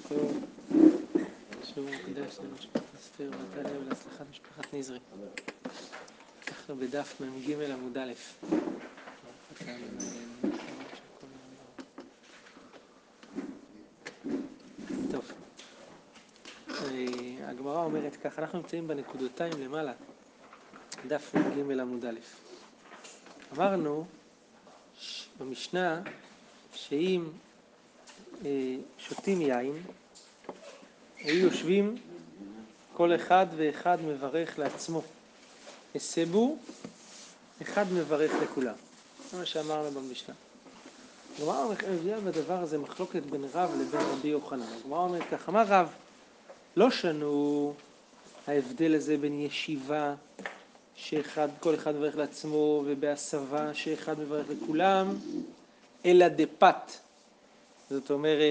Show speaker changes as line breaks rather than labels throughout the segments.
שיעור מוקדש למשפחת אסתר בת הלב ולהצלחת משפחת נזרי. אנחנו בדף מ"ג עמוד א'. טוב, הגמרא אומרת כך, אנחנו נמצאים בנקודותיים למעלה, דף מ"ג עמוד א'. אמרנו במשנה שאם שותים יין, היו יושבים כל אחד ואחד מברך לעצמו. הסבו, אחד מברך לכולם. זה מה שאמרנו במשנה. הגמרא מביאה בדבר הזה מחלוקת בין רב לבין רבי יוחנן. הגמרא אומרת כך, אמר רב, לא שנו ההבדל הזה בין ישיבה כל אחד מברך לעצמו ובהסבה שאחד מברך לכולם, אלא דפת. זאת אומרת,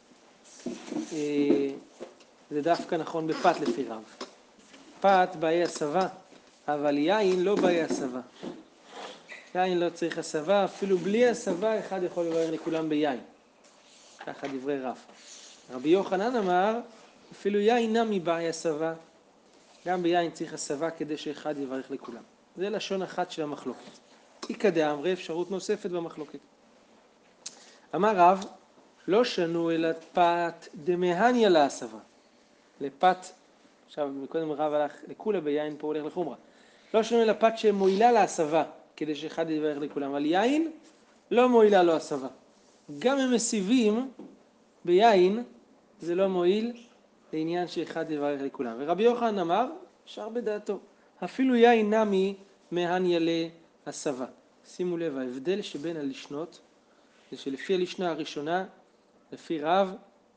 זה דווקא נכון בפת לפי רב. פת באי הסבה, אבל יין לא באי הסבה. יין לא צריך הסבה, אפילו בלי הסבה אחד יכול לברך לכולם ביין. ככה דברי רב. רבי יוחנן אמר, אפילו יין נמי באי הסבה, גם ביין צריך הסבה כדי שאחד יברך לכולם. זה לשון אחת של המחלוקת. איכא דאמרי, אפשרות נוספת במחלוקת. אמר רב, לא שנו אלא פת דמהניה להסבה. לפת, עכשיו מקודם רב הלך לכולה ביין, פה הולך לחומרה. לא שנו אלא פת שמועילה להסבה, כדי שאחד יברך לכולם. אבל יין לא מועילה לו הסבה. גם אם מסיבים ביין, זה לא מועיל לעניין שאחד יברך לכולם. ורבי יוחנן אמר, שר בדעתו, אפילו יין נמי מהניה להסבה. שימו לב, ההבדל שבין הלשנות, זה שלפי הלשנה הראשונה, לפי רב,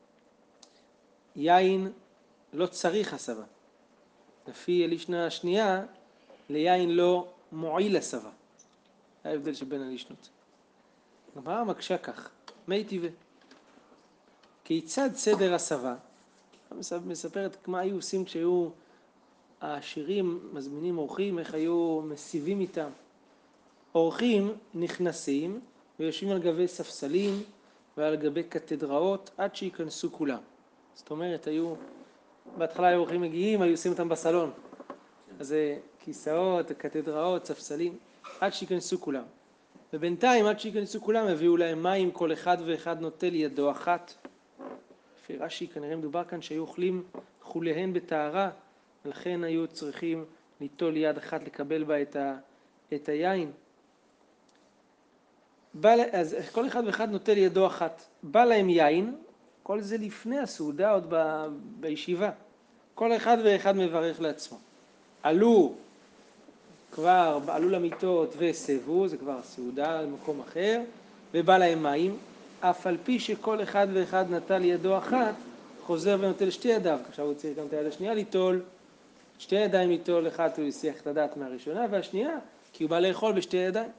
יין לא צריך הסבה. לפי הלשנה השנייה, ליין לא מועיל הסבה. ההבדל שבין הלשנות. הגמרא מקשה כך, מי טבעי. כיצד סדר הסבה? מספרת מה היו עושים כשהיו העשירים מזמינים אורחים, איך היו מסיבים איתם. אורחים נכנסים ויושבים על גבי ספסלים ועל גבי קתדראות עד שיכנסו כולם. זאת אומרת, בהתחלה היו אורחים מגיעים, היו עושים אותם בסלון. אז זה כיסאות, קתדראות, ספסלים, עד שיכנסו כולם. ובינתיים, עד שיכנסו כולם, הביאו להם מים, כל אחד ואחד נוטל ידו אחת. לפי רש"י, כנראה מדובר כאן שהיו אוכלים חוליהן בטהרה, ולכן היו צריכים ליטול יד אחת לקבל בה את היין. אז כל אחד ואחד נוטל ידו אחת. בא להם יין, כל זה לפני הסעודה, עוד בישיבה. כל אחד ואחד מברך לעצמו. עלו למיטות וסבו, זה כבר סעודה למקום אחר, ובא להם מים, אף על פי שכל אחד ואחד נטל ידו אחת, חוזר ונוטל שתי ידיו. עכשיו הוא צריך גם את היד השנייה ליטול, שתי ידיים ליטול, אחד הוא יסיח את הדעת מהראשונה, והשנייה, כי הוא בא לאכול בשתי ידיים.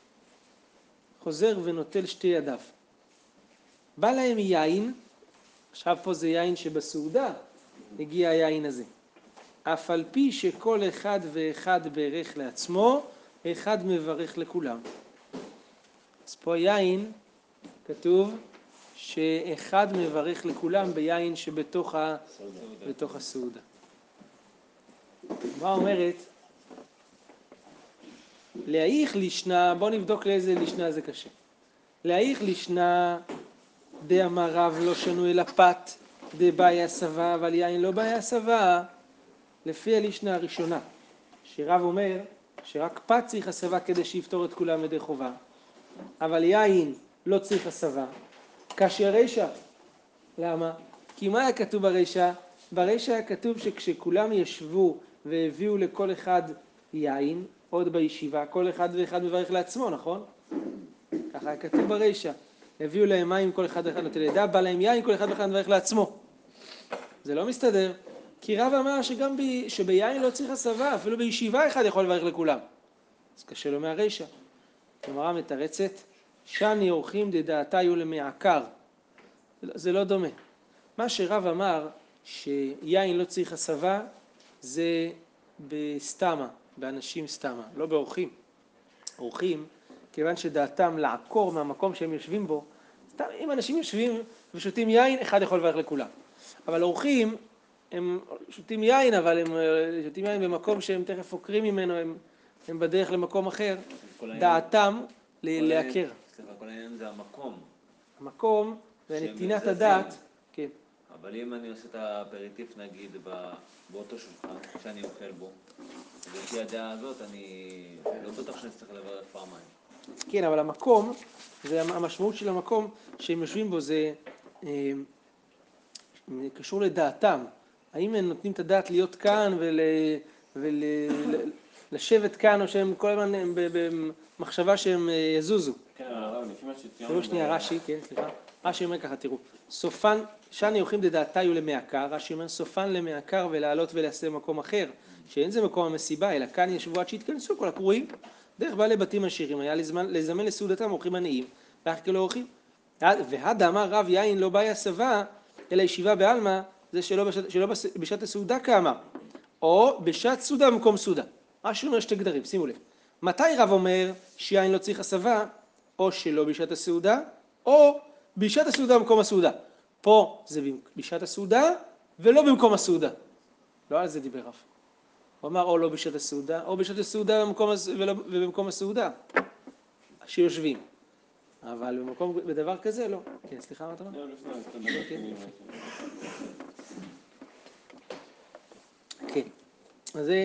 חוזר ונוטל שתי ידיו. בא להם יין, עכשיו פה זה יין שבסעודה, הגיע היין הזה. אף על פי שכל אחד ואחד ברך לעצמו, אחד מברך לכולם. אז פה יין, כתוב שאחד מברך לכולם ביין שבתוך הסעודה. מה אומרת? להאיך לשנה, בואו נבדוק לאיזה לשנה זה קשה. להאיך לשנה, דאמר רב לא שנו אלא פת, דבאי הסבה, אבל יין לא באי הסבה, לפי הלשנה הראשונה, שרב אומר שרק פת צריך הסבה כדי שיפתור את כולם ידי חובה, אבל יין לא צריך הסבה, קשה רישא. למה? כי מה היה כתוב ברישא? ברישא היה כתוב שכשכולם ישבו והביאו לכל אחד יין, עוד בישיבה, כל אחד ואחד מברך לעצמו, נכון? ככה היה כתוב ברישא. הביאו להם מים, כל אחד ואחד נוטל ידה, בא להם יין, כל אחד ואחד מברך לעצמו. זה לא מסתדר. כי רב אמר שביין לא צריך הסבה, אפילו בישיבה אחד יכול לברך לכולם. אז קשה לו מהרישא. הגמרא מתרצת, שני אורחים דדעתה יהיו למעקר. זה לא דומה. מה שרב אמר שיין לא צריך הסבה, זה בסתמה, באנשים סתמה, לא באורחים. אורחים, כיוון שדעתם לעקור מהמקום שהם יושבים בו, אם אנשים יושבים ושותים יין, אחד יכול לברך לכולם. אבל אורחים, הם שותים יין, אבל הם שותים יין במקום שהם תכף עוקרים ממנו, הם בדרך למקום אחר, דעתם לעקר.
סליחה, כל העניין זה המקום.
המקום ונתינת הדעת. כן.
אבל אם אני עושה את האפריטיף נגיד באותו שולחן שאני אוכל בו, לפי הדעה הזאת אני לא בטוח שאני צריך לברך פעמיים.
כן, אבל המקום, המשמעות של המקום שהם יושבים בו זה קשור לדעתם. האם הם נותנים את הדעת להיות כאן ולשבת כאן, או שהם כל הזמן במחשבה שהם יזוזו?
כן, הרב, לפי מה שתיארנו...
תראו שנייה, רש"י, כן, סליחה. רש"י אומר ככה, תראו. סופן, שני הולכים דדעתיו למעקר, רש"י אומר, סופן למעקר ולעלות ולעשה במקום אחר, שאין זה מקום המסיבה, אלא כאן ישבו עד שהתכנסו כל הקרואים. דרך בעלי בתים עשירים, היה לזמן לסעודתם אורחים עניים, ואחר כך לא אורחים. והדה אמר רב יין לא באי הסבה, אלא ישיבה בעלמא, זה שלא בשעת הסעודה כאמר, או בשעת סעודה במקום סעודה. רש"י אומר שתי גדרים, שימו לב. מתי רב אומר שיין לא צריך הסבה, או שלא בשעת הסעודה, או בשעת הסעודה במקום הסעודה. פה זה בשעת הסעודה, ולא במקום הסעודה. לא על זה דיבר רב. הוא אמר או לא בשעת הסעודה, או בשעת הסעודה ובמקום הסעודה, שיושבים. אבל בדבר כזה לא. כן, סליחה, מה אתה אומר?
לא, לפני,
כן. אז זה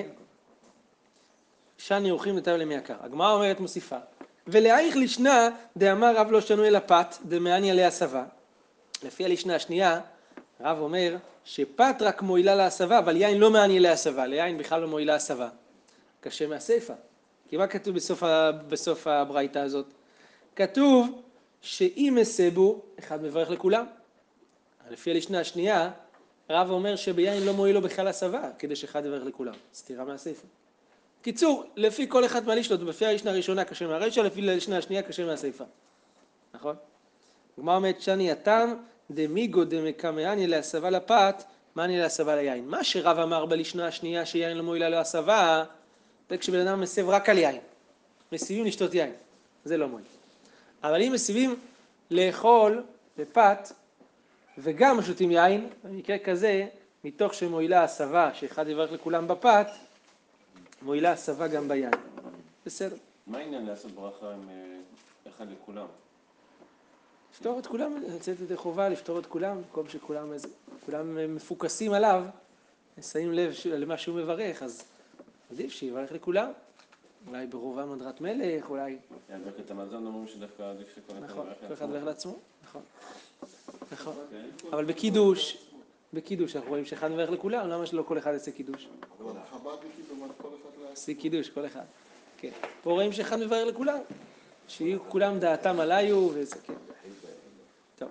שני אורחים לטב למעקר. הגמרא אומרת מוסיפה. ולאייך לשנה דאמר רב לא שנו אל הפת דמעני עליה הסבה. לפי הלשנה השנייה, רב אומר שפת רק מועילה להסבה, אבל יין לא מעני עליה הסבה. ליין בכלל לא מועילה הסבה. קשה מהסיפא. כי מה כתוב בסוף הברייתא הזאת? כתוב שאם הסבו, אחד מברך לכולם. לפי הלשנה השנייה, רב אומר שביין לא מועיל לו בכלל הסבה, כדי שאחד יברך לכולם. סתירה מהסיפא. קיצור, לפי כל אחד מהלישנות, לפי הלישנה הראשונה קשה מהרשע, לפי הלישנה השנייה קשה מהסיפא. נכון? גמרא אומרת שני התם דמיגו דמקמאני להסבה לפת, מאני להסבה ליין. מה שרב אמר בלישנה השנייה שיין לא מועילה לו הסבה, זה כשבן אדם מסב רק על יין. מסיבים לשתות יין. זה לא מועיל. אבל אם מסיבים לאכול בפת וגם שותים יין, במקרה כזה, מתוך שמועילה הסבה, שאחד יברך לכולם בפת, מועילה הסבה גם ביין. בסדר.
מה העניין לעשות ברכה עם אחד לכולם?
לפתור את כולם, לצאת את החובה, לפתור את כולם, במקום שכולם מפוקסים עליו, שמים לב למה שהוא מברך, אז עדיף שיברך לכולם. אולי ברובם הדרת מלך, אולי...
ברכת המזון אומרים שדווקא עדיף שכל אחד
נכון,
יברך
כל אחד יברך לעצמו, נכון. נכון.
אוקיי.
אבל בקידוש אנחנו רואים שאחד מברך לכולם, למה שלא כל אחד יעשה קידוש?
אבל החב"דניקי באמת כל אחד
עושה קידוש, כל אחד. כן. פה רואים שאחד מברך לכולם, שיהיו כולם דעתם עליו וזה, כן. טוב.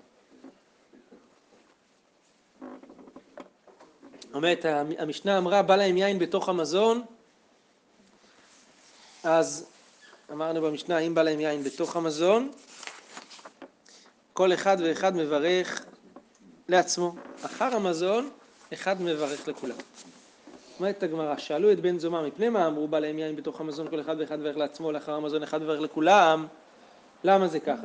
אומרת, המשנה אמרה, בא להם יין בתוך המזון, אז אמרנו במשנה, אם בא להם יין בתוך המזון, כל אחד ואחד מברך לעצמו. אחר המזון, אחד מברך לכולם. אומרת הגמרא, שאלו את בן זומא, מפני מה אמרו בא להם יין בתוך המזון, כל אחד ואחד מברך לעצמו, לאחר המזון אחד מברך לכולם? למה זה ככה?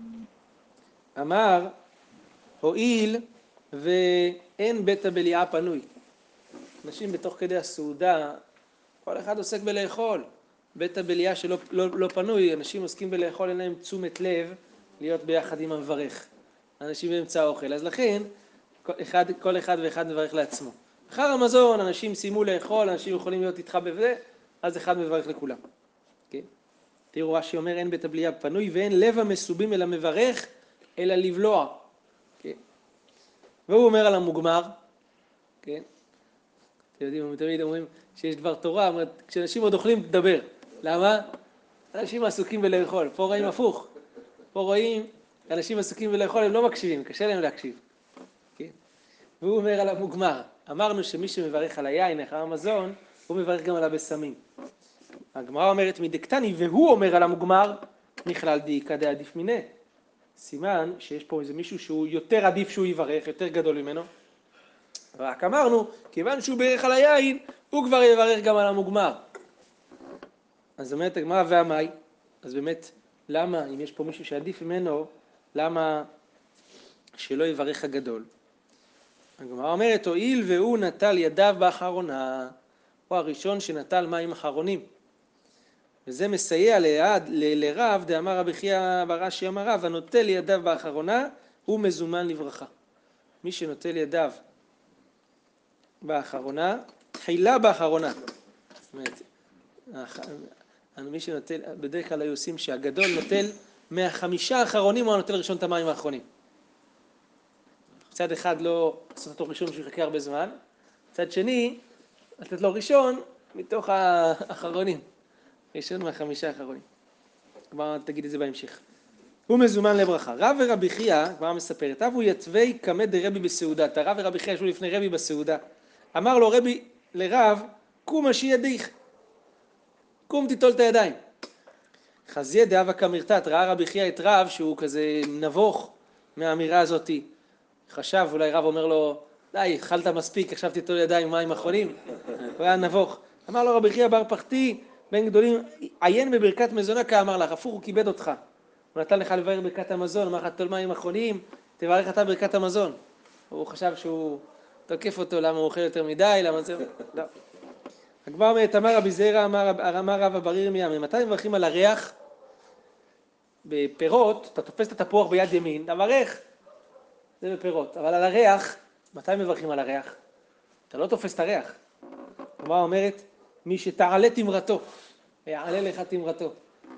אמר, הואיל ואין בית הבליעה פנוי. אנשים בתוך כדי הסעודה, כל אחד עוסק בלאכול. בית הבליעה שלא לא פנוי, אנשים עוסקים בלאכול, אין להם תשומת לב להיות ביחד עם המברך. אנשים באמצע האוכל. אז לכן, כל אחד ואחד מברך לעצמו. אחר המזון, אנשים סיימו לאכול, אנשים יכולים להיות איתך בזה, אז אחד מברך לכולם. כן? תראו, רש"י אומר, אין בית הבליעה פנוי, ואין לב המסובים אל המברך, אלא לבלוע. כן? והוא אומר על המוגמר, כן? אתם יודעים, תמיד אומרים שיש דבר תורה, אומרת, כשאנשים עוד אוכלים, תדבר. למה? אנשים עסוקים בלאכול. פה רואים הפוך. פה רואים, אנשים עסוקים בלאכול, הם לא מקשיבים, קשה להם להקשיב. כן? והוא אומר על המוגמר, אמרנו שמי שמברך על היין אחר המזון, הוא מברך גם על הבשמים. הגמרא אומרת מדקתני, והוא אומר על המוגמר, נכלל דאיכא דעדיף מיניה. סימן שיש פה איזה מישהו שהוא יותר עדיף שהוא יברך, יותר גדול ממנו. רק אמרנו, כיוון שהוא ברך על היין, הוא כבר יברך גם על המוגמר. אז אומרת הגמרא והמאי, אז באמת, למה, אם יש פה מישהו שעדיף ממנו, למה שלא יברך הגדול? הגמרא אומרת, הואיל והוא נטל ידיו באחרונה, הוא הראשון שנטל מים אחרונים. וזה מסייע לרב, דאמר רבי חייא בר אשי אמר רב, הנוטל ידיו באחרונה, הוא מזומן לברכה. מי שנוטל ידיו באחרונה, תחילה באחרונה. זאת אומרת, מי שנוטל, בדרך כלל היו עושים שהגדול נוטל מהחמישה האחרונים, הוא הנוטל ראשון את המים האחרונים. צד אחד לא לעשות אותו ראשון שהוא יחכה הרבה זמן, צד שני, לתת לו ראשון מתוך האחרונים. ראשון מהחמישה האחרונים. כבר תגיד את זה בהמשך. הוא מזומן לברכה. רב ורבי חייא, כבר מספרת, אבו יתווי קמא דרבי בסעודת. הרב ורבי חייא ישבו לפני רבי בסעודה. אמר לו רבי לרב, קום השי ידיך. קום תיטול את הידיים. חזיה דאבה כמרתת, ראה רבי חייא את רב שהוא כזה נבוך מהאמירה הזאת. חשב, אולי רב אומר לו, די, אכלת מספיק, עכשיו תיטול ידיים מים אחרונים. הוא היה נבוך. אמר לו רבי חייא בר פחתי, בן גדולים, עיין בברכת מזונה כאמר לך, הפוך הוא כיבד אותך. הוא נתן לך לבאר ברכת המזון, אמר לך תיטול מים אחרונים, תברך אתה ברכת המזון. הוא חשב שהוא תוקף אותו, למה הוא אוכל יותר מדי, למה זה... לא. הגמרא אומרת, אמר רבי זירא, אמר רבא בר ירמיה, ממתי מברכים על הריח? בפירות, אתה תופס את התפוח ביד ימין, אתה מברך, זה בפירות. אבל על הריח, מתי מברכים על הריח? אתה לא תופס את הריח. הגמרא אומרת, מי שתעלה תמרתו, ויעלה לך תמרתו.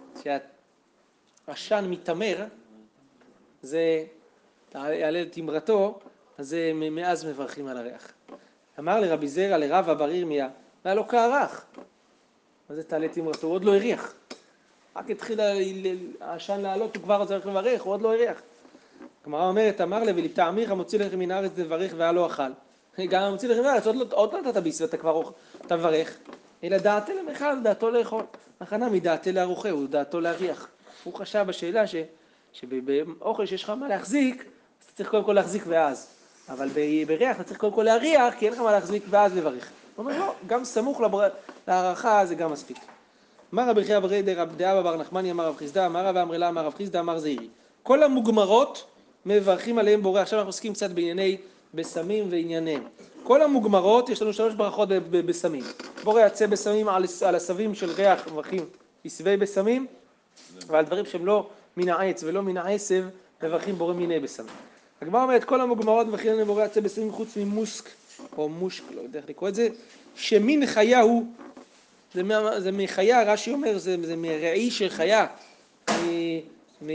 שהעשן מתמר, זה יעלה תמרתו, אז זה מאז מברכים על הריח. אמר לרבי זירא לרבא בר ירמיה, היה לו קערך. מה זה תעלה תמרתו? הוא עוד לא הריח. רק התחיל העשן לעלות, הוא כבר צריך לברך, הוא עוד לא הריח. הגמרא אומרת, אמר ליה ולטעמיך המוציא לחם מן הארץ לברך והיה לא אכל. גם המוציא לחם מן הארץ, עוד לא נתת ביס ואתה כבר מברך. אלא דעתה למאכל, דעתו לאכול. הכנה מדעתה לארוחה, הוא דעתו להריח. הוא חשב בשאלה שבאוכל שיש לך מה להחזיק, אז אתה צריך קודם כל להחזיק ואז. אבל בריח אתה צריך קודם כל להריח, כי אין לך מה להחזיק ואז לברך. הוא אומר, לא, גם סמוך להערכה זה גם מספיק. אמר רבי חייא בר דאבא בר נחמני אמר רב חיסדא, אמר רבא אמר לה אמר רב חיסדא אמר זעירי. כל המוגמרות מברכים עליהם בורא. עכשיו אנחנו עוסקים קצת בענייני בסמים וענייניהם. כל המוגמרות, יש לנו 3 ברכות בסמים. בורא יצא בסמים על הסבים של ריח מברכים עשבי בסמים, ועל דברים שהם לא מן העץ ולא מן העשב, מברכים בורא מיני בסמים. הגמרא אומרת, כל המוגמרות מברכים עליהם בורא יצא בסמים חוץ ממוסק, או מושק, לא יודע איך לקרוא את זה, שמין חיה הוא, זה מחיה, רש"י אומר, זה מרעי של חיה, מה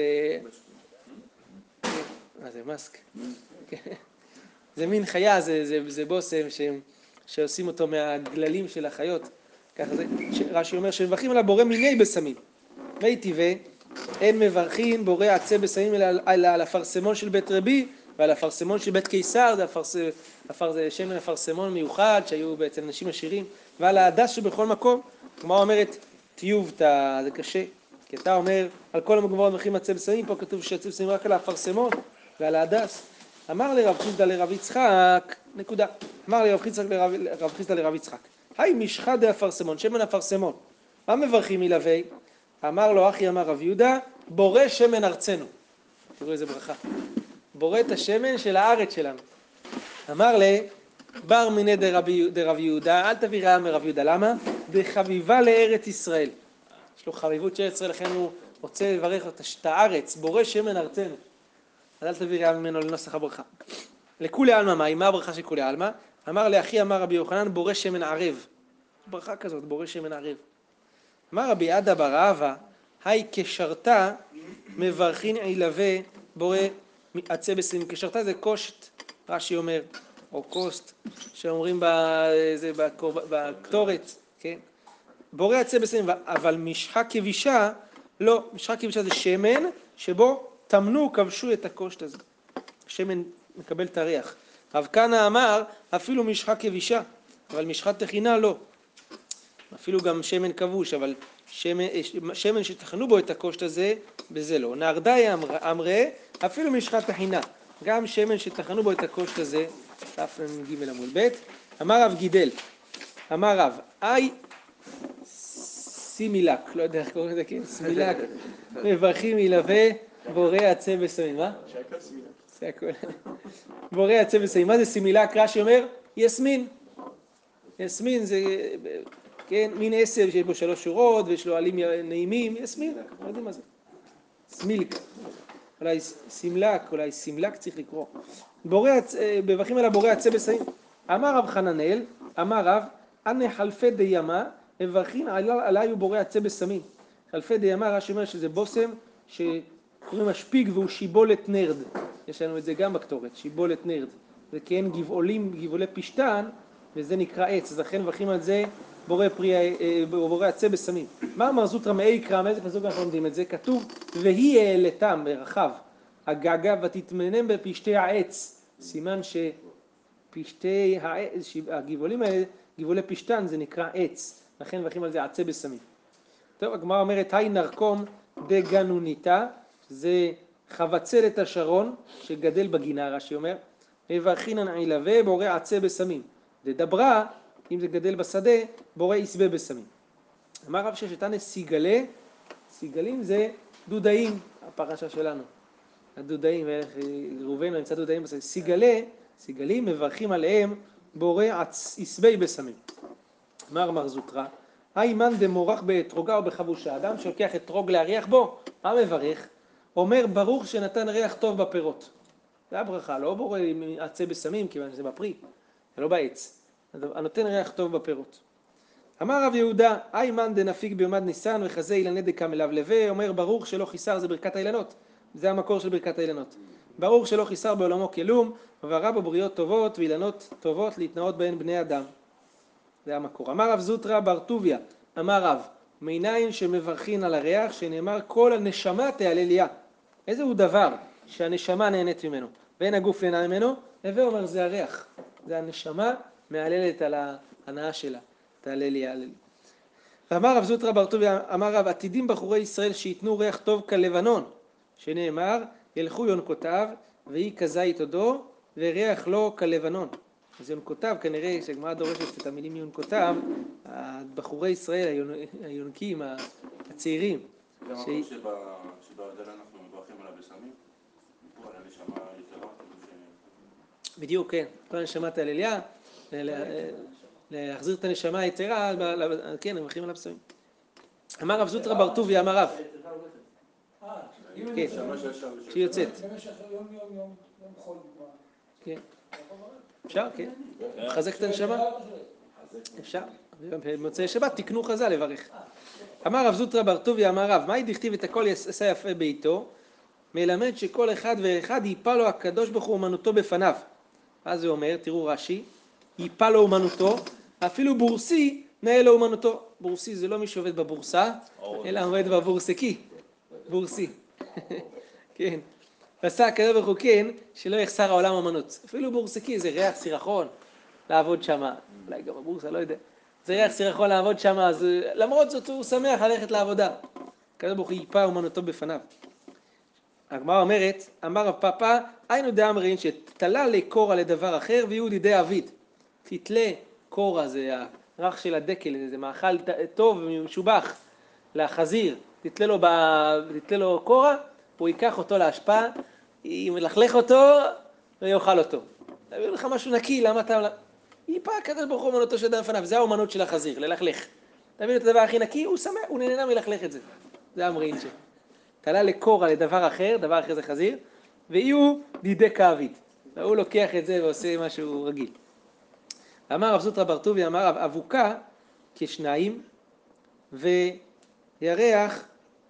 זה מסק? זה מין חיה, זה בושם שעושים אותו מהגללים של החיות. ככה זה, רש"י אומר שמברכים על הבורא מיני בסמים. מי טבעי, אין מברכים בורא עצה בסמים אלא על הפרסמון של בית רבי ועל הפרסמון של בית קיסר, זה שמן הפרסמון מיוחד שהיו בעצם אנשים עשירים, ועל ההדס שבכל מקום. כמו אומרת, טיובתא, זה קשה, כי אתה אומר על כל המוגמרות מברכים עצה בסמים, פה כתוב שעצה בסמים רק על הפרסמון ועל ההדס. אמר לרב חיסדא לרב יצחק, נקודה. אמר לרב חיסדא לרב יצחק, היי משחה דאפרסמון, שמן אפרסמון. מה מברכים מלווה? אמר לו אחי אמר רב יהודה, בורא שמן ארצנו. תראו איזה ברכה. בורא את השמן של הארץ שלנו. אמר לי, בר מיני דרב יהודה, אל תביא רעה מרב יהודה. למה? דחביבה לארץ ישראל. יש לו חביבות של ישראל, לכן הוא רוצה לברך את הארץ, בורא שמן ארצנו. אז אל תביא רעה ממנו לנוסח הברכה. לכולי עלמא מהי? מה הברכה של כולי עלמא? אמר לאחי אמר רבי יוחנן, בורא שמן ערב. ברכה כזאת, בורא שמן ערב. אמר רבי עדה בר אבא, היי כשרתה מברכין עילווה בורא עצה בסמים. כשרתה זה קושט, רש"י אומר, או קוסט, שאומרים בקטורת, כן? בורא עצה בסמים, אבל משחה כבישה, לא, משחה כבישה זה שמן שבו תמנו, כבשו את הקושט הזה. שמן מקבל את הריח. רב כהנא אמר, אפילו משחה כבישה, אבל משחה תחינה לא. אפילו גם שמן כבוש, אבל שמן שטחנו בו את הקושט הזה, בזה לא. נהרדאי אמרה, אפילו משחה תחינה. גם שמן שטחנו בו את הקושט הזה, תף ג' עמוד ב', אמר רב גידל, אמר רב, סימילק, לא יודע איך קוראים לזה, כן, סימילק, מברכים ילווה בורא עצה בסמים, מה?
שייקה סימילק.
זה הכל. בורא עצב ושמים. מה זה סימילק? רש"י אומר, יסמין. יסמין זה, כן, מין עשב שיש בו 3 שורות ויש לו עלים נעימים, יסמין, לא יודעים מה זה. סמילק, אולי סימלק, אולי סימלק צריך לקרוא. בברכים על הבורא עצב ושמים. אמר רב חננאל, אמר רב, אנא חלפי דיימה, מברכין עליי ובורא עצב ושמים. חלפי דיימה, רש"י אומר שזה בושם שקוראים השפיג והוא שיבולת נרד. יש לנו את זה גם בקטורת, שיבולת נרד. זה כן גבעולי פשטן, וזה נקרא עץ, אז לכן מברכים על זה בורא עצב ושמים. מה אמר זוטרא מאי קרא, מאיזה פסוק אנחנו לומדים את זה? כתוב, והיא העלתם ברחב הגגה ותתמנם בפשטי העץ. סימן שפשטי העץ, הגבעולים האלה, גבעולי פשטן, זה נקרא עץ. לכן מברכים על זה עצב ושמים. טוב, הגמרא אומרת, היי נרקום דגנוניתא, זה חבצלת השרון שגדל בגינה, רש"י אומר, מברכינן עילווה בורא עצב ושמים. דדברה, אם זה גדל בשדה, בורא יסבה בשמים. אמר רב ששתנא סיגלה, סיגלים זה דודאים, הפרשה שלנו. הדודאים, ראובן נמצא דודאים בשדה. סיגלים מברכים עליהם בורא יסבה בשמים. אמר מר זוטרא, היי מן דמורח באתרוגה או בחבושה. אדם שלוקח אתרוג להריח בו, מה מברך? אומר ברוך שנתן ריח טוב בפירות. זה הברכה, לא בורא עצב בשמים, כיוון שזה בפרי, זה לא בעץ. הנותן ריח טוב בפירות. אמר רב יהודה, אי מן דנפיק ביומד ניסן וחזה אילני דקם אליו לווה, אומר ברוך שלא חיסר, זה ברכת האילנות. זה המקור של ברכת האילנות. ברוך שלא חיסר בעולמו כלום, וברא בו בריות טובות ואילנות טובות להתנאות בהן בני אדם. זה המקור. אמר רב זוטרא בר טוביה, אמר רב, מניין שמברכין על הריח, שנאמר כל הנשמה תהלליה. איזה הוא דבר שהנשמה נהנית ממנו, ואין הגוף נהנה ממנו, הווה אומר זה הריח. זה הנשמה מהללת על ההנאה שלה. תהללי, הללי. ואמר רב זוטרא בר טוביה, אמר רב, עתידים בחורי ישראל שיתנו ריח טוב כלבנון, שנאמר, ילכו יונקותיו, ויהי כזית עודו, וריח לו כלבנון. אז יונקותיו, כנראה שהגמרא דורשת את המילים יונקותיו, בחורי ישראל, היונקים, הצעירים.
זה המקום שבהבדלה אנחנו מברכים עליו בשמים? על הנשמה יתרה?
בדיוק, כן. כל הנשמה תהלליה, להחזיר את הנשמה היתרה, כן, הם מברכים עליו בשמים. אמר רב זוטרא בר טוביה, אמר רב. כן, שהיא יוצאת.
במשך יום חול.
כן. אפשר, כן. לחזק את הנשמה? אפשר. במוצאי שבת תקנו חז"ל לברך. אמר רב זוטרא בר טוביה, אמר רב, מהי דכתיב את הכל יעשה יפה בעיתו? מלמד שכל אחד ואחד ייפה לו הקדוש ברוך הוא אומנותו בפניו. אז זה אומר, תראו רש"י, ייפה לו אומנותו, אפילו בורסי נאה לו אומנותו. בורסי זה לא מי שעובד בבורסה, אלא עובד בבורסקי. בורסי. כן. ועשה הקדוש ברוך הוא כן, שלא יחסר העולם אומנות. אפילו בורסקי זה ריח סירחון לעבוד שמה. אולי גם בבורסה, לא יודע. זה ריח סירחון לעבוד שמה, אז למרות זאת הוא שמח ללכת לעבודה. הקדוש ברוך הוא ייפה אומנותו בפניו. הגמרא אומרת, אמר רב פאפא, היינו דאמרין שתלה לקורא לדבר אחר ויהיו לידי אביד. תתלה קורא, זה הרך של הדקל, זה מאכל טוב ומשובח לחזיר. תתלה לו קורא, הוא ייקח אותו להשפעה, ילכלך אותו ויאכל אותו. תביא לך משהו נקי, למה אתה... ייפה הקדוש ברוך הוא אומנותו של אדם בפניו, זה האומנות של החזיר, ללכלך. תביא לו את הדבר הכי נקי, הוא שמח, הוא נהנה מלכלך את זה. זה אמרין שם. תלה לקורא לדבר אחר, דבר אחר זה חזיר, ויהיו דידי כאביד. והוא לוקח את זה ועושה משהו רגיל. אמר רב זוטרא בר טוביה, אמר רב אבוקה כשניים, וירח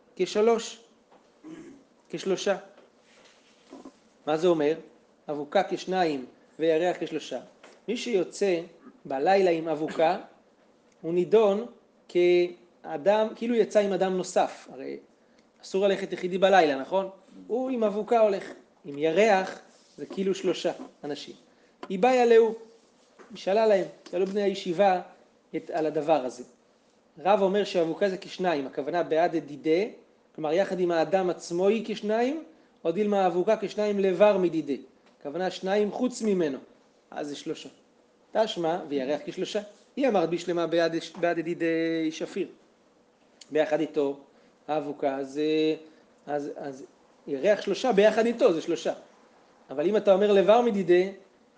כשלושה. מה זה אומר? אבוקה כשניים וירח כשלושה. מי שיוצא בלילה עם אבוקה, הוא נידון כאדם, כאילו יצא עם אדם נוסף. הרי אסור ללכת יחידי בלילה, נכון? הוא עם אבוקה הולך. עם ירח זה כאילו 3 אנשים. איבאי עליהו, משאלה להם, שאלו בני הישיבה על הדבר הזה. רב אומר שאבוקה זה כשניים, הכוונה בעד דידי, כלומר יחד עם האדם עצמו היא כשניים, או דילמה אבוקה כשניים לבר מדידי. הכוונה 2 חוץ ממנו, אז זה 3. תשמע וירח כ3. היא אמרת בשלמה בעד דידי שפיר. ביחד איתו האבוקה, אז ירח 3 ביחד איתו זה 3. אבל אם אתה אומר לבר מדידה,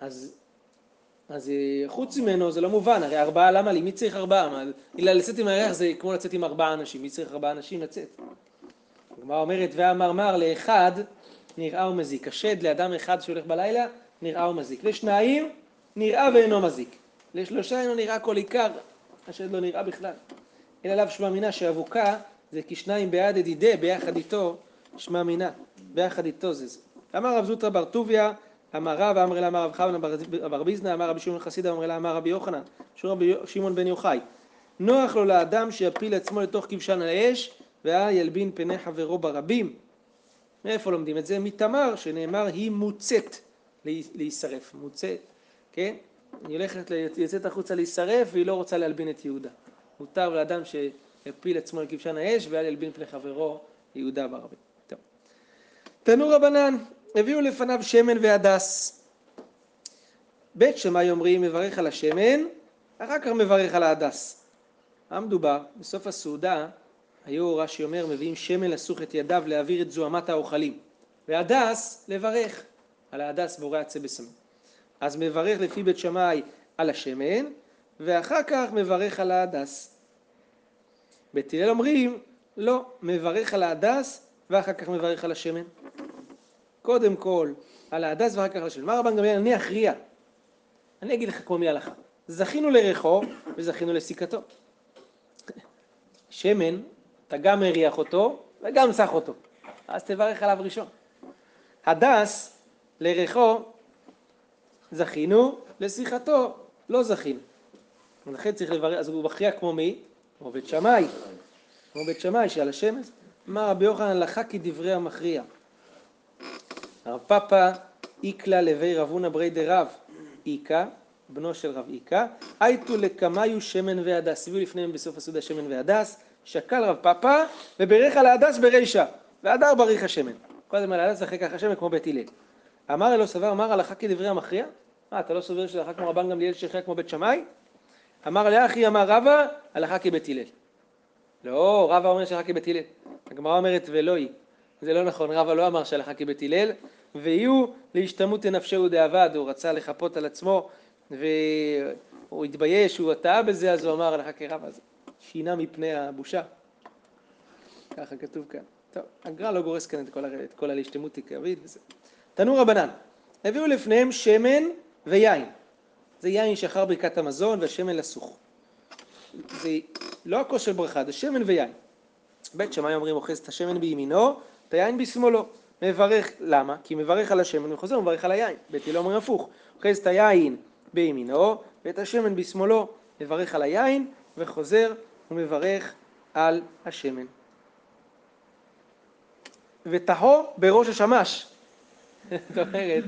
אז חוץ ממנו זה לא מובן, הרי 4 למה לי? מי צריך 4? אלא לצאת עם הירח זה כמו לצאת עם 4 אנשים, מי צריך 4 אנשים לצאת? הגמרא אומרת, ואמר מר לאחד נראה ומזיק, השד לאדם אחד שהולך בלילה נראה ומזיק, לשניים נראה ואינו מזיק, לשלושה אינו נראה כל עיקר, השד לא נראה בכלל. אלא לאו שמע מינה שאבוקה זה כשניים ביד ידידה, ביחד איתו שמע מינה, ביחד איתו זה. אמר רב זוטרא בר טוביה, אמר רב, אמר לה אמר רב חבן בר ביזנא, אמר רבי שמעון חסיד, אמר לה אמר רבי יוחנן, רבי שמעון בן יוחאי, נוח לו לאדם שיפיל עצמו לתוך כבשן האש, ילבין פני חברו ברבים. מאיפה לומדים את זה? מתמר שנאמר היא מוצאת להישרף, מוצאת, כן? היא הולכת יוצאת החוצה להישרף והיא לא רוצה להלבין את יהודה. מותר לאדם שיפיל עצמו לכבשן האש ילבין פני חברו יהודה ברבים. טוב. תנו רבנן, הביאו לפניו שמן והדס. בית שמאי אומרים מברך על השמן, אחר כך מברך על ההדס. מה מדובר? בסוף הסעודה היו רש"י אומר מביאים שמן לסוך את ידיו להעביר את זוהמת האוכלים, והדס לברך על ההדס בורא עצה בסמים. אז מברך לפי בית שמאי על השמן ואחר כך מברך על ההדס. בית הלל אומרים לא, מברך על ההדס ואחר כך מברך על השמן. קודם כל על ההדס ואחר כך על השמן. מה רבן גמליאל? אני אכריע, אני אגיד לך כמו מי הלכה, זכינו לריחו וזכינו לסיכתו. שמן אתה גם מריח אותו וגם סח אותו, אז תברך עליו ראשון. הדס לריחו זכינו, לשיחתו לא זכינו. ולכן צריך לברך, אז הוא מכריע כמו מי? כמו בית שמאי. כמו בית שמאי שעל השמש. אמר רבי יוחנן הלכה כדברי המכריע. רב פאפא איקלה לוי רב הונא ברי דרב איקה, בנו של רב איקה, הייתו לקמיו שמן והדס. הביאו לפניהם בסוף הסעודה שמן והדס, שקל רב פאפא וברך על ההדס ברישא, והדר בריך השמן. קודם על ההדס אחרי כך השמן כמו בית הלל. אמר אלו סבר, אמר הלכה כדברי המכריע? אתה לא סובר שהלכה כמו רבן גמליאל שהכריע כמו בית שמאי? אמר לאחי אמר רבא, הלכה כבית הלל. לא, רבא אומר שהלכה כבית הלל. הגמרא אומרת ולא היא. זה לא נכון, רבא לא אמר שהלכה כבית הלל, ויהיו להשתמות לנפשהו דאבד, הוא רצה לחפות על עצמו, והוא התבייש, הוא טעה בזה, אז הוא אמר הלכה כרבא, אז שינה מפני הבושה. ככה כתוב כאן. טוב, הגר"א לא גורס כאן את כל הלהשתמות תקרבית וזה. תנו רבנן, הביאו לפניהם שמן ויין. זה יין שאחר ברכת המזון והשמן לסוך. זה לא הכוס של ברכה, זה שמן ויין. בית שמאי אומרים אוחז את השמן בימינו, את היין בשמאלו. מברך, למה? כי מברך על השמן וחוזר ומברך על היין. בית הלל אומרים הפוך, אוחז את היין בימינו ואת השמן בשמאלו, מברך על היין וחוזר ומברך על השמן. ותחו בראש השמש. זאת אומרת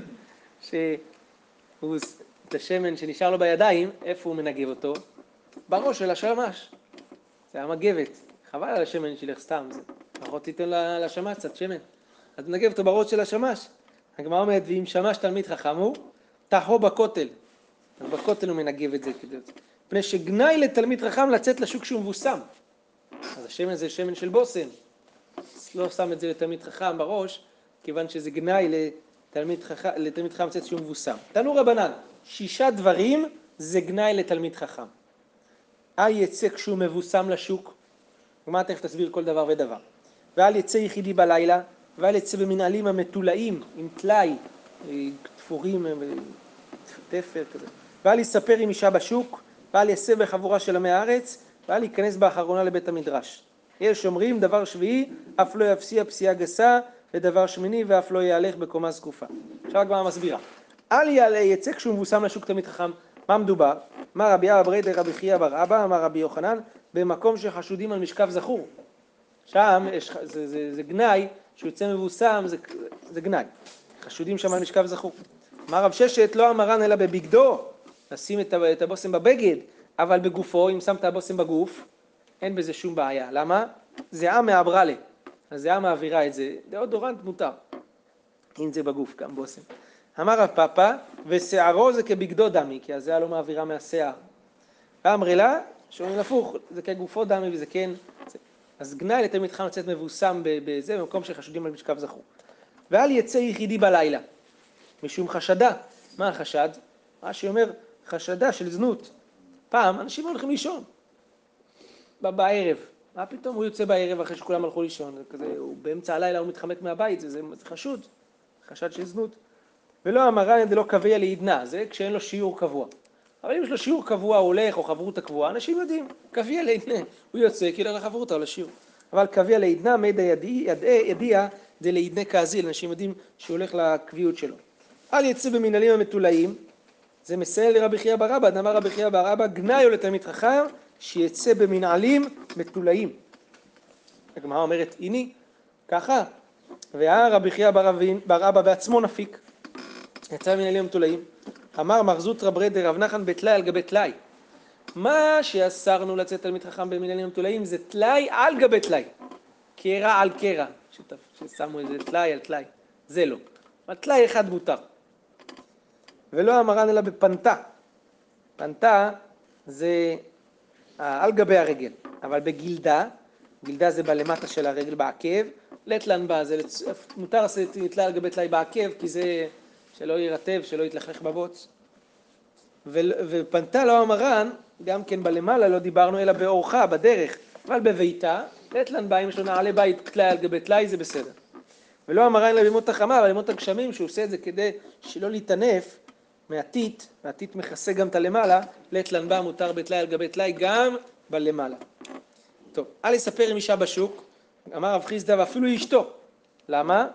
את השמן שנשאר לו בידיים, איפה הוא מנגב אותו? בראש של השמש. זה המגבת. חבל על השמן שילך סתם, זה פחות תיתן לשמש קצת שמן. אז נגב אותו בראש של השמש. הגמרא אומרת, ואם שמש תלמיד חכם הוא, תחו בכותל. אז בכותל הוא מנגב את זה כדי... פני שגנאי לתלמיד חכם לצאת לשוק שהוא מבוסם. אז השמן זה שמן של בושם. לא שם את זה לתלמיד חכם בראש, כיוון שזה גנאי לתלמיד חכם לצאת שהוא מבוסם. תנו רבנן, 6 דברים זה גנאי לתלמיד חכם. יצא כשהוא מבוסם לשוק, ומה תכף תסביר כל דבר ודבר. ואל יצא יחידי בלילה, ואל יצא במנהלים המתולעים, עם תלאי, תפורים, תפר כזה. ואל יספר עם אישה בשוק, ואל יעשה בחבורה של עמי הארץ, ואל ייכנס באחרונה לבית המדרש. יש אומרים דבר שביעי, אף לא יפסיע פסיעה גסה, ודבר שמיני ואף לא יהלך בקומה זקופה. עכשיו הגמרא מסבירה. אל יצא כשהוא מבוסם לשוק תלמיד חכם. מה מדובר? אמר רבי אבא ברי דרבי חייא בר אבא, אמר רבי יוחנן, במקום שחשודים על משכב זכור. שם זה גנאי, שיוצא מבוסם, זה גנאי. חשודים שם על משכב זכור. אמר רב ששת, לא אמרן אלא בבגדו, לשים את הבושם בבגד, אבל בגופו, אם שמת הבושם בגוף, אין בזה שום בעיה. למה? זיעה מעברה לה. הזיעה מעבירה את זה. דאודורנט מותר. אם זה בגוף, גם בושם. אמר רב פאפא, ושערו זה כבגדו דמי, כי הזיעה לא מעבירה מהשיער. ואמרי לה, שאומרים הפוך, זה כגופו דמי וזה כן. אז גנאי לתלמיד חכם לצאת מבוסם בזה, במקום שחשודים על משכב זכור. ואל יצא יחידי בלילה. משום חשדה. מה החשד? רש"י אומר, חשדה של זנות. פעם אנשים הולכים לישון בערב. מה פתאום הוא יוצא בערב אחרי שכולם הלכו לישון? הוא באמצע הלילה הוא מתחמק מהבית, זה חשוד, חשד של זנות. ולא המרן דלא קביע לעידנא, זה כשאין לו שיעור קבוע. אבל אם יש לו שיעור קבוע, הוא הולך, או חברותא קבועה, אנשים יודעים, קביע לעידנא. הוא יוצא כאילו לחברותא או לשיעור. אבל קביע לעידנא מידע ידיע דלעידנא כאזיל, אנשים יודעים שהוא הולך לקביעות שלו. אל יצא במנהלים המתולעים, זה מסייע לרבי חייא בר אבא, אמר רבי חייא בר אבא, גנאי לתלמיד חכם שיצא במנהלים מתולעים. הגמרא אומרת, הנה, ככה, רבי חייא בר אבא בעצמו נפיק, יצא במנהלים המתולעים, אמר מר זוטרא ברי דרב נחמן בטלאי על גבי טלאי. מה שאסרנו לצאת תלמיד חכם במנהלים המתולעים זה טלאי על גבי טלאי, קרע על קרע, ששמו איזה טלאי על טלאי, זה לא. אבל טלאי אחד מותר. ולא המרן אלא בפנתה. פנתה זה על גבי הרגל, אבל בגילדה, גילדה זה בלמטה של הרגל בעקב, לטלן בה, זה מותר לעשות טלאי על גבי טלאי בעקב, כי זה שלא יירטב, שלא יתלכלך בבוץ. ופנתה לא המרן, גם כן בלמעלה לא דיברנו אלא באורחה, בדרך, אבל בביתה, לטלן בה, אם יש לו נעלי בית טלאי על גבי טלאי, זה בסדר. ולא המרן אלא בימות החמה, אבל בימות הגשמים, שהוא עושה את זה כדי שלא להתענף מהטיט, והטיט מכסה גם את הלמעלה, לטלן בה מותר בטלאי על גבי טלאי גם בלמעלה. טוב, אל יספר עם אישה בשוק, אמר רב חיסדא ואפילו אשתו. למה?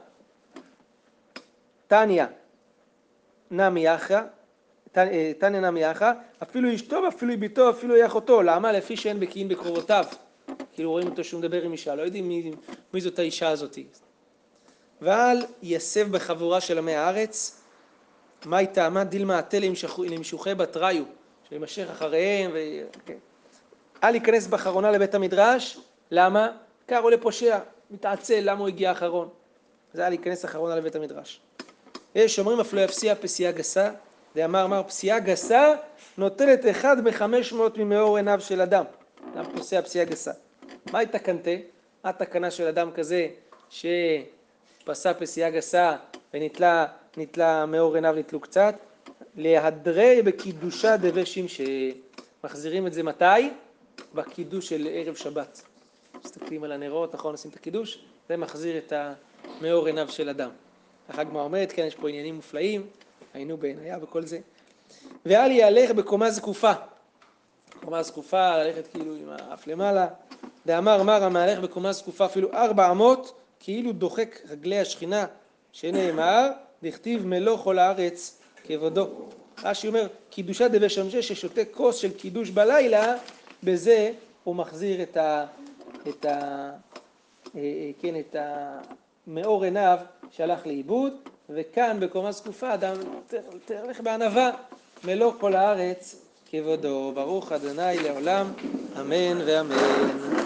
תניא נמי אחא, תניא נמי אחא, אפילו אשתו ואפילו ביתו, אפילו אחותו. למה? לפי שאין בקיאים בקרובותיו. כאילו רואים אותו שהוא מדבר עם אישה, לא יודעים מי זאת האישה הזאת. ועל יסב בחבורה של עמי הארץ, מה היא טעמה דילמה עתה למשוכי בתריו, שימשך אחריהם, אל ייכנס באחרונה לבית המדרש, למה? קראו לפושע, מתעצל, למה הוא הגיע אחרון? זה אל ייכנס אחרונה לבית המדרש. יש אומרים אף לא יפסיע פסיעה גסה, אמר פסיעה גסה נוטלת 1/500 ממאור עיניו של אדם, למה פוסע פסיעה גסה? מה היא תקנתה? התקנה של אדם כזה שפסע פסיעה גסה ונתלה מאור עיניו נתלו קצת, להדרי בקידושה דבשים שמחזירים את זה מתי? בקידוש של ערב שבת. מסתכלים על הנרות, נכון, עושים את הקידוש, זה מחזיר את מאור עיניו של אדם. אחר הגמרא אומרת, כן, יש פה עניינים מופלאים, היינו בעיניה וכל זה. ואל יהלך בקומה זקופה. קומה זקופה, ללכת כאילו עם האף למעלה. דאמר מר המהלך בקומה זקופה אפילו 4 אמות, כאילו דוחק רגלי השכינה, שנאמר, דכתיב מלוא כל הארץ כבודו. רש"י אומר, קידושה דבשמשה ששותה כוס של קידוש בלילה, בזה הוא מחזיר את מאור עיניו שהלך לאיבוד, וכאן בקומה זקופה אדם תלך בענווה, מלוא כל הארץ כבודו. ברוך ה' לעולם, אמן ואמן.